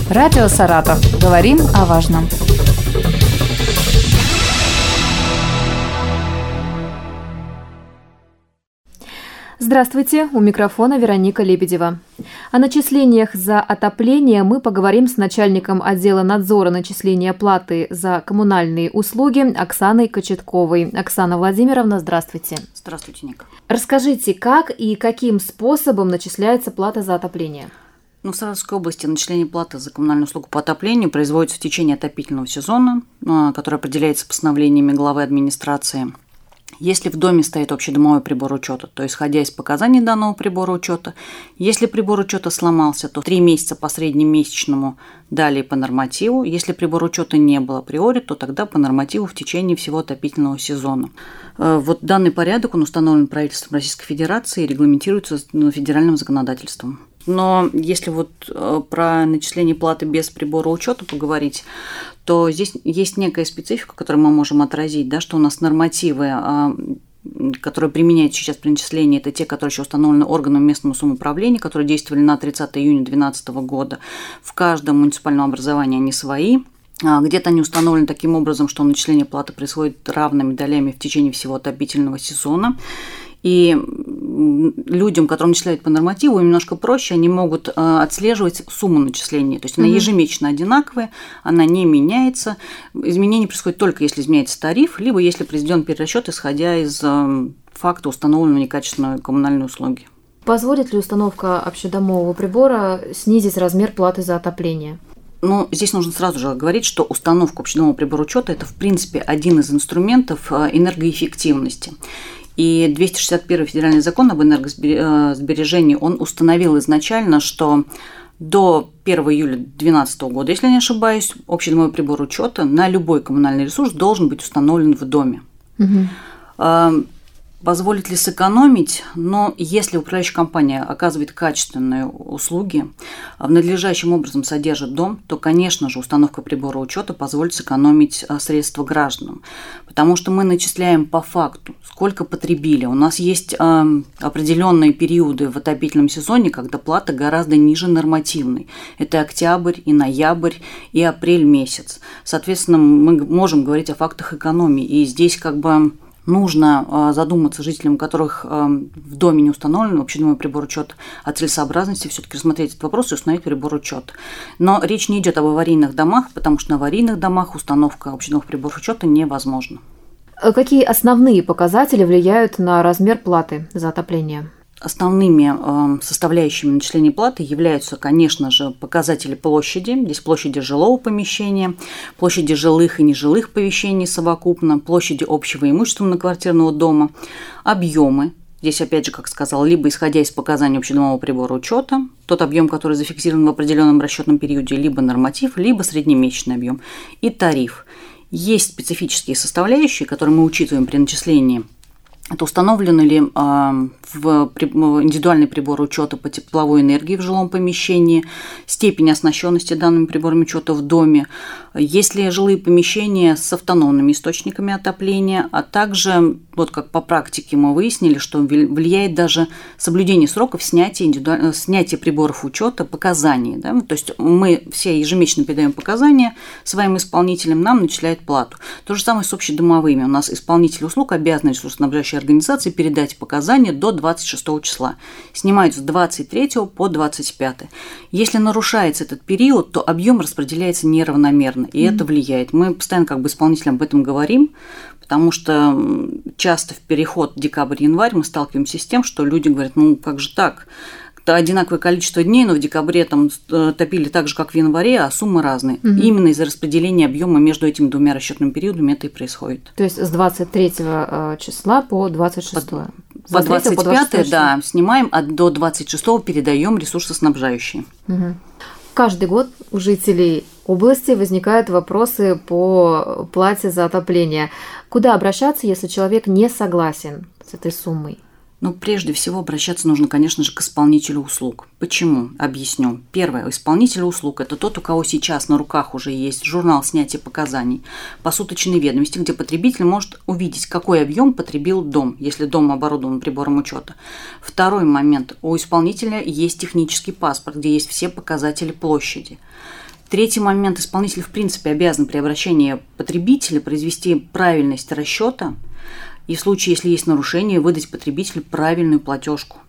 Радио «Саратов». Говорим о важном. Здравствуйте, у микрофона Вероника Лебедева. О начислениях за отопление мы поговорим с начальником отдела надзора начисления платы за коммунальные услуги Оксаной Кочетковой. Оксана Владимировна, здравствуйте. Здравствуйте, Ника. Расскажите, как и каким способом начисляется плата за отопление? В Саратовской области начисление платы за коммунальную услугу по отоплению производится в течение отопительного сезона, который определяется постановлениями главы администрации. Если в доме стоит общедомовой прибор учета, то исходя из показаний данного прибора учета, если прибор учета сломался, то 3 месяца по среднемесячному, далее по нормативу. Если прибор учета не было априори, то тогда по нормативу в течение всего отопительного сезона. Вот данный порядок, он установлен правительством Российской Федерации и регламентируется федеральным законодательством. Но если про начисление платы без прибора учета поговорить, то здесь есть некая специфика, которую мы можем отразить, что у нас нормативы, которые применяются сейчас при начислении, это те, которые еще установлены органом местного самоуправления, которые действовали на 30 июня 2012 года. В каждом муниципальном образовании они свои. Где-то они установлены таким образом, что начисление платы происходит равными долями в течение всего отопительного сезона. И людям, которым начисляют по нормативу, немножко проще, они могут отслеживать сумму начисления. То есть она ежемесячно одинаковая, она не меняется. Изменение происходит только если изменяется тариф, либо если произведен перерасчет, исходя из факта установленной некачественной коммунальной услуги. Позволит ли установка общедомового прибора снизить размер платы за отопление? Здесь нужно сразу же говорить, что установка общедомового прибора учета – это, в принципе, один из инструментов энергоэффективности. И 261 федеральный закон об энергосбережении, он установил изначально, что до 1 июля 2012 года, если я не ошибаюсь, общедомовой прибор учета на любой коммунальный ресурс должен быть установлен в доме. Позволит ли сэкономить? Но если управляющая компания оказывает качественные услуги, надлежащим образом содержит дом, то, конечно же, установка прибора учета позволит сэкономить средства гражданам. Потому что мы начисляем по факту, сколько потребили. У нас есть определенные периоды в отопительном сезоне, когда плата гораздо ниже нормативной. Это октябрь, и ноябрь, и апрель месяц. Соответственно, мы можем говорить о фактах экономии. И здесь нужно задуматься жителям, у которых в доме не установлен общедомовой прибор учета, о целесообразности все-таки рассмотреть этот вопрос и установить прибор учета. Но речь не идет об аварийных домах, потому что на аварийных домах установка общедомовых приборов учета невозможна. Какие основные показатели влияют на размер платы за отопление? Основными составляющими начисления платы являются, конечно же, показатели площади. Здесь площади жилого помещения, площади жилых и нежилых помещений совокупно, площади общего имущества многоквартирного дома, объемы. Здесь, опять же, как сказала, либо исходя из показаний общедомового прибора учета, тот объем, который зафиксирован в определенном расчетном периоде, либо норматив, либо среднемесячный объем, и тариф. Есть специфические составляющие, которые мы учитываем при начислении. Это установлены ли индивидуальный прибор учета по тепловой энергии в жилом помещении, степень оснащенности данными приборами учета в доме, есть ли жилые помещения с автономными источниками отопления, а также, как по практике мы выяснили, что влияет даже соблюдение сроков снятия приборов учета показаний. То есть мы все ежемесячно передаем показания своим исполнителям, нам начисляют плату. То же самое с общедомовыми. У нас исполнитель услуг обязан ресурсоснабжающей организации передать показания до 26 числа. Снимаются с 23 по 25. Если нарушается этот период, то объем распределяется неравномерно, и это влияет. Мы постоянно исполнителям об этом говорим, потому что часто в переход декабрь-январь мы сталкиваемся с тем, что люди говорят, как же так? Одинаковое количество дней, но в декабре топили так же, как в январе, а суммы разные. Именно из-за распределения объема между этими двумя расчетными периодами это и происходит. То есть с 23 числа по 26. По 25, да, снимаем, а до 26 передаем ресурсоснабжающие. Каждый год у жителей области возникают вопросы по плате за отопление. Куда обращаться, если человек не согласен с этой суммой? Прежде всего обращаться нужно, конечно же, к исполнителю услуг. Почему? Объясню. Первое. Исполнитель услуг – это тот, у кого сейчас на руках уже есть журнал снятия показаний, посуточные ведомости, где потребитель может увидеть, какой объем потребил дом, если дом оборудован прибором учета. Второй момент. У исполнителя есть технический паспорт, где есть все показатели площади. Третий момент. Исполнитель, в принципе, обязан при обращении потребителя произвести правильность расчета и в случае, если есть нарушение, выдать потребителю правильную платежку.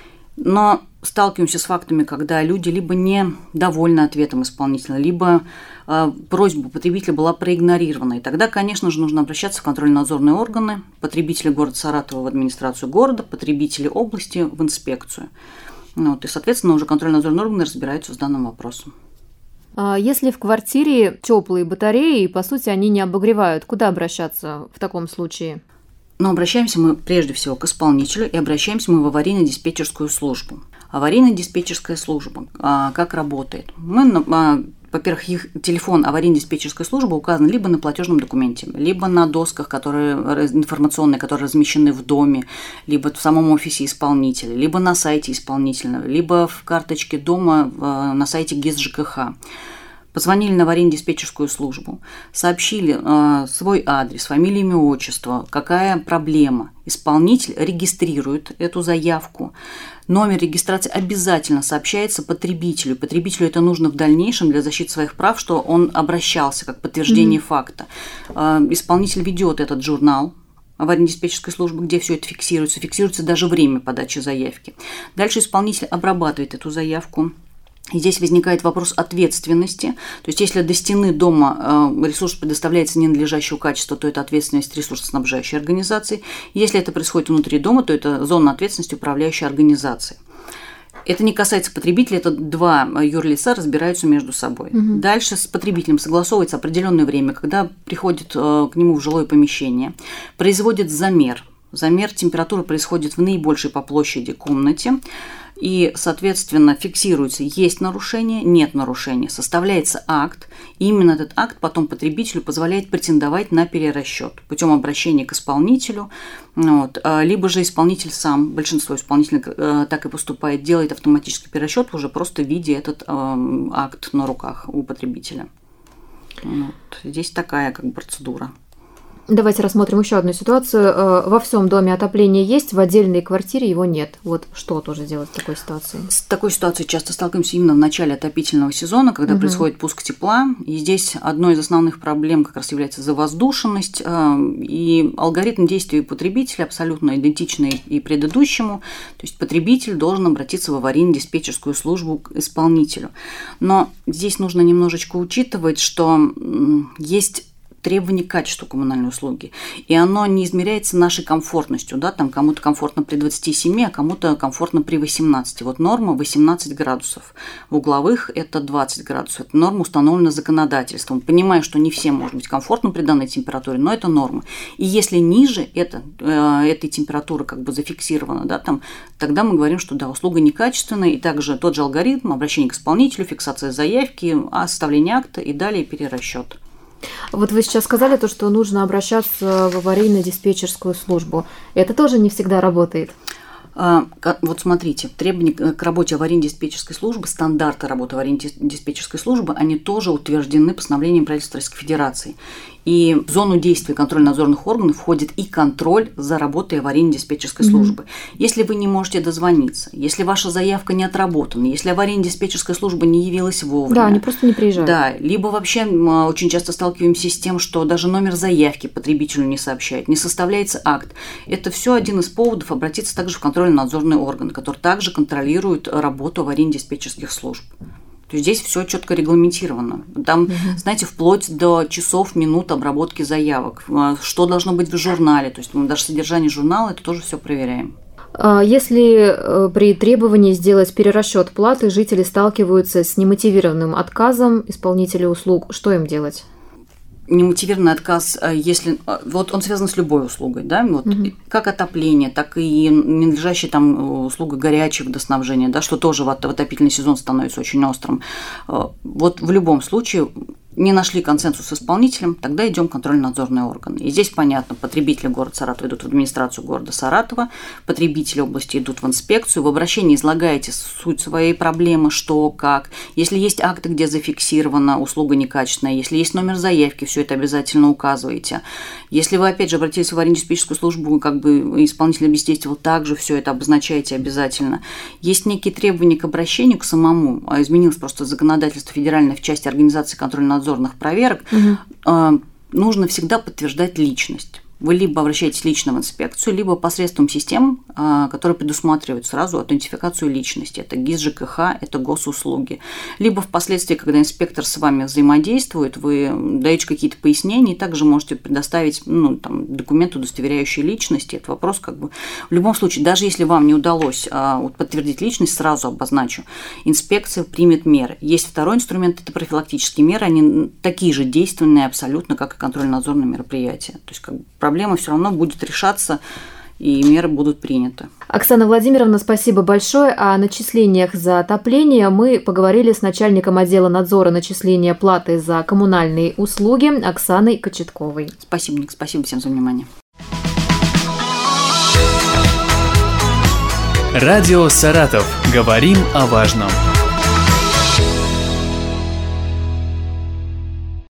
Но сталкиваемся с фактами, когда люди либо недовольны ответом исполнителя, либо просьба потребителя была проигнорирована. И тогда, конечно же, нужно обращаться в контрольно-надзорные органы, потребители города Саратова в администрацию города, потребители области в инспекцию. И, соответственно, уже контрольно-надзорные органы разбираются с данным вопросом. Если в квартире теплые батареи, по сути, они не обогревают, куда обращаться в таком случае? Но обращаемся мы прежде всего к исполнителю и обращаемся мы в аварийно-диспетчерскую службу. Аварийно-диспетчерская служба как работает? Во-первых, их телефон аварийно-диспетчерской службы указан либо на платежном документе, либо на досках, которые информационные, которые размещены в доме, либо в самом офисе исполнителя, либо на сайте исполнителя, либо в карточке дома на сайте ГИС ЖКХ. Позвонили на аварийно-диспетчерскую службу, сообщили свой адрес, фамилию, имя, отчество, какая проблема. Исполнитель регистрирует эту заявку. Номер регистрации обязательно сообщается потребителю. Потребителю это нужно в дальнейшем для защиты своих прав, что он обращался как подтверждение факта. Исполнитель ведет этот журнал аварийно-диспетчерской службы, где все это фиксируется. Фиксируется даже время подачи заявки. Дальше исполнитель обрабатывает эту заявку. И здесь возникает вопрос ответственности. То есть, если до стены дома ресурс предоставляется ненадлежащего качества, то это ответственность ресурсоснабжающей организации. Если это происходит внутри дома, то это зона ответственности управляющей организации. Это не касается потребителя, это два юрлица разбираются между собой. Дальше с потребителем согласовывается определенное время, когда приходит к нему в жилое помещение, производит замер. Замер температуры происходит в наибольшей по площади комнате. И, соответственно, фиксируется, есть нарушение, нет нарушения. Составляется акт, и именно этот акт потом потребителю позволяет претендовать на перерасчет путем обращения к исполнителю. Либо же исполнитель сам, большинство исполнителей так и поступает, делает автоматический перерасчет уже просто видя этот акт на руках у потребителя. Здесь такая процедура. Давайте рассмотрим еще одну ситуацию. Во всем доме отопление есть, в отдельной квартире его нет. Вот что тоже делать в такой ситуации? С такой ситуацией часто сталкиваемся именно в начале отопительного сезона, когда происходит пуск тепла. И здесь одной из основных проблем как раз является завоздушенность. И алгоритм действий потребителя абсолютно идентичный и предыдущему. То есть потребитель должен обратиться в аварийно-диспетчерскую службу к исполнителю. Но здесь нужно немножечко учитывать, что есть требование к качеству коммунальной услуги. И оно не измеряется нашей комфортностью. Да? Там кому-то комфортно при 27, а кому-то комфортно при 18. Вот норма 18 градусов. В угловых это 20 градусов. Эта норма установлена законодательством. Понимаю, что не всем может быть комфортно при данной температуре, но это норма. И если ниже этой температуры зафиксировано, да, тогда мы говорим, что да, услуга некачественная. И также тот же алгоритм обращения к исполнителю, фиксация заявки, составление акта и далее перерасчет. Вот вы сейчас сказали то, что нужно обращаться в аварийно-диспетчерскую службу. Это тоже не всегда работает. Вот смотрите, требования к работе аварийно-диспетчерской службы, стандарты работы аварийно-диспетчерской службы, они тоже утверждены постановлением правительства Российской Федерации. И в зону действия контрольно-надзорных органов входит и контроль за работой аварийно-диспетчерской службы. Если вы не можете дозвониться, если ваша заявка не отработана, если аварийно-диспетчерская служба не явилась вовремя. Да, они просто не приезжают. Да, либо вообще мы очень часто сталкиваемся с тем, что даже номер заявки потребителю не сообщает, не составляется акт. Это все один из поводов обратиться также в контрольно-надзорный орган, который также контролирует работу аварийно-диспетчерских служб. То есть здесь все четко регламентировано. Там, знаете, вплоть до часов, минут обработки заявок, что должно быть в журнале. То есть мы даже содержание журнала, это тоже все проверяем. Если при требовании сделать перерасчет платы жители сталкиваются с немотивированным отказом исполнителя услуг, что им делать? Немотивированный отказ, если вот он связан с любой услугой, да, вот, как отопление, так и ненадлежащая услуга горячего водоснабжения, да, что тоже в отопительный сезон становится очень острым. Вот в любом случае Не нашли консенсус с исполнителем, тогда идем в контрольно-надзорные органы. И здесь понятно, потребители города Саратова идут в администрацию города Саратова, потребители области идут в инспекцию, в обращении излагаете суть своей проблемы, что, как. Если есть акты, где зафиксирована услуга некачественная, если есть номер заявки, все это обязательно указываете. Если вы, опять же, обратились в аварийно-диспетчерскую службу, как бы исполнитель бездействовал, также все это обозначаете обязательно. Есть некие требования к обращению к самому, изменилось просто законодательство федеральное в части организации контрольно-надзорных проверок, нужно всегда подтверждать личность. Вы либо обращаетесь лично в инспекцию, либо посредством систем, которые предусматривают сразу аутентификацию личности. Это ГИС ЖКХ, это госуслуги. Либо впоследствии, когда инспектор с вами взаимодействует, вы даете какие-то пояснения и также можете предоставить документ, удостоверяющий личность. Это вопрос в любом случае, даже если вам не удалось подтвердить личность, сразу обозначу, инспекция примет меры. Есть второй инструмент, это профилактические меры, они такие же действенные абсолютно, как и контрольно-надзорные мероприятия. То есть проблема все равно будет решаться, и меры будут приняты. Оксана Владимировна, спасибо большое. О начислениях за отопление мы поговорили с начальником отдела надзора начисления платы за коммунальные услуги Оксаной Кочетковой. Спасибо, Ник, спасибо всем за внимание. Радио «Саратов». Говорим о важном.